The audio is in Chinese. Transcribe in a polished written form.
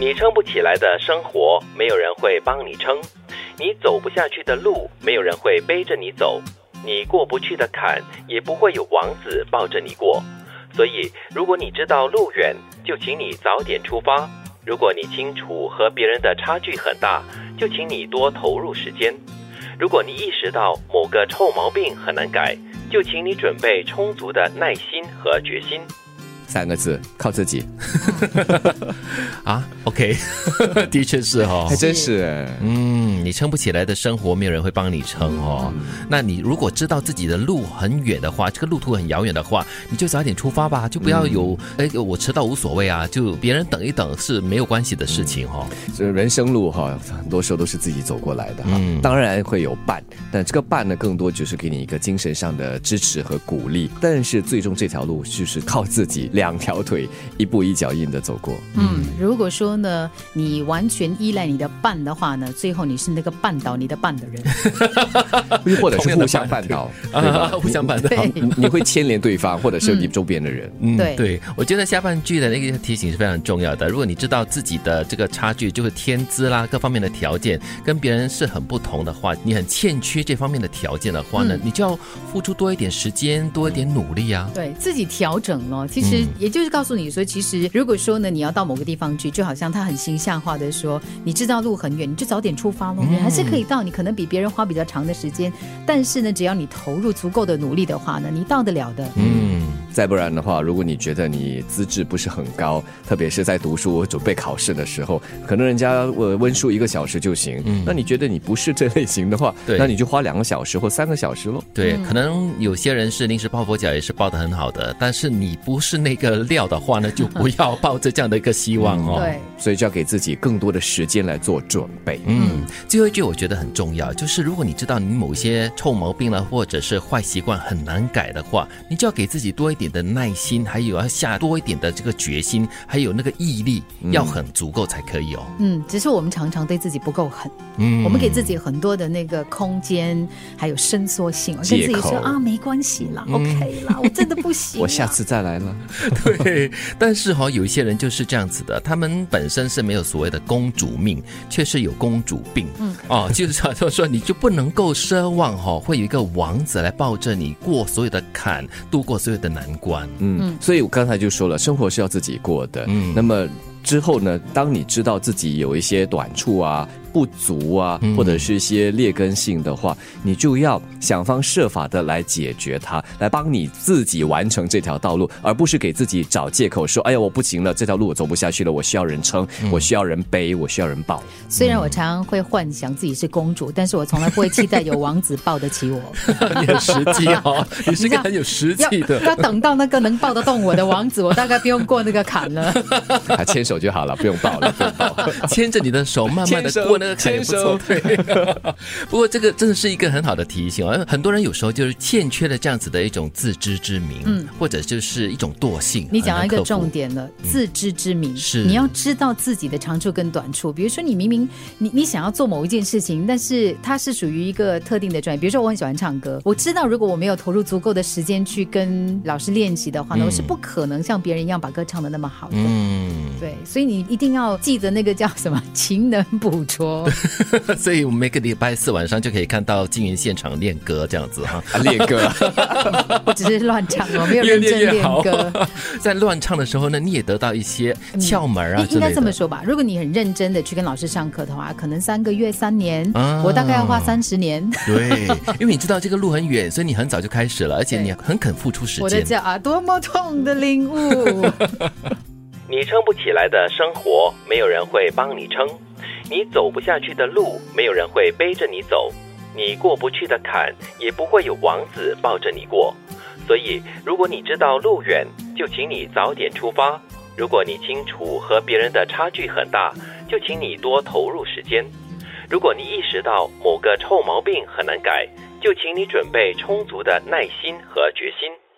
你撑不起来的生活，没有人会帮你撑；你走不下去的路，没有人会背着你走；你过不去的坎，也不会有王子抱着你过。所以，如果你知道路远，就请你早点出发；如果你清楚和别人的差距很大，就请你多投入时间；如果你意识到某个臭毛病很难改，就请你准备充足的耐心和决心。 3个字，靠自己。 啊 ，OK， 的确是哦， 还真是。 你撑不起来的生活，没有人会帮你撑哦。那你如果知道自己的路很远的话，这个路途很遥远的话，你就早点出发吧，就不要有我迟到无所谓啊，就别人等一等是没有关系的事情哦。 这人生路哈，很多时候都是自己走过来的哈。当然会有伴，但这个伴呢，更多就是给你一个精神上的支持和鼓励。但是最终这条路就是靠自己2条腿一步一脚印的走过。 如果说呢，你完全依赖你的伴的话呢，最后你是那个绊倒你的伴的人， 又或者是互相绊倒，对吧？ 互相绊倒， 你会牵连对方，或者是你周边的人。 对，我觉得下半句的那个提醒是非常重要的。如果你知道自己的这个差距，就是天资啦，各方面的条件跟别人是很不同的话，你很欠缺这方面的条件的话呢，你就要付出多一点时间，多一点努力啊。 对自己调整哦，其实也就是告诉你说，其实如果说呢，你要到某个地方去，就好像他很形象化的说，你知道路很远，你就早点出发咯，你还是可以到，你可能比别人花比较长的时间，但是呢，只要你投入足够的努力的话呢，你到得了的。 再不然的话，如果你觉得你资质不是很高，特别是在读书准备考试的时候，可能人家温书1个小时就行，那你觉得你不是这类型的话，那你就花2个小时或3个小时咯。 对，可能有些人是临时抱佛脚，也是抱得很好的，但是你不是那个料的话呢，就不要抱着这样的一个希望哦。 对， 所以就要给自己更多的时间来做准备。 最后一句我觉得很重要，就是如果你知道你某些臭毛病了，或者是坏习惯很难改的话，你就要给自己多一点的耐心，还有要下多一点的这个决心，还有那个毅力，要很足够才可以哦。 只是我们常常对自己不够狠，我们给自己很多的那个空间，还有伸缩性，跟自己说啊，没关系啦，OK 啦，我真的不行， 我下次再来了。 对，但是有一些人就是这样子的，他们本身是没有所谓的公主命，却是有公主病。就是说你就不能够奢望会有一个王子来抱着你过所有的坎，度过所有的难关。 所以我刚才就说了，生活是要自己过的。那么之后呢，当你知道自己有一些短处啊、不足啊，或者是一些劣根性的话，你就要想方设法的来解决它，来帮你自己完成这条道路，而不是给自己找借口说，哎呀，我不行了，这条路我走不下去了，我需要人撑，我需要人背，我需要人抱。 虽然我常常会幻想自己是公主，但是我从来不会期待有王子抱得起我。 你很实际哦，你是个很有实际的。 要等到那个能抱得动我的王子，我大概不用过那个坎了。 牵手就好了，不用抱了，不用抱。 牵着你的手，慢慢的过那个坎也不错。对，不过这个真的是一个很好的提醒哦。很多人有时候就是欠缺了这样子的一种自知之明，或者就是一种惰性。 你讲到一个重点了，自知之明是你要知道自己的长处跟短处。比如说你明明你想要做某一件事情，但是它是属于一个特定的专业，比如说我很喜欢唱歌，我知道如果我没有投入足够的时间去跟老师练习的话呢，我是不可能像别人一样把歌唱得那么好的。对，所以你一定要记得那个叫什么勤能补拙。 所以我们每个礼拜4晚上就可以看到金云现场练歌这样子哈。 练歌我只是乱唱，我没有认真练歌。 在乱唱的时候呢，你也得到一些窍门啊之类的。 应该这么说吧，如果你很认真的去跟老师上课的话，可能3个月3年，我大概要花30年。 对，因为你知道这个路很远，所以你很早就开始了，而且你很肯付出时间。 我的脚啊，多么痛的领悟。 你撑不起来的生活，没有人会帮你撑；你走不下去的路，没有人会背着你走；你过不去的坎，也不会有王子抱着你过。所以，如果你知道路远，就请你早点出发；如果你清楚和别人的差距很大，就请你多投入时间；如果你意识到某个臭毛病很难改，就请你准备充足的耐心和决心。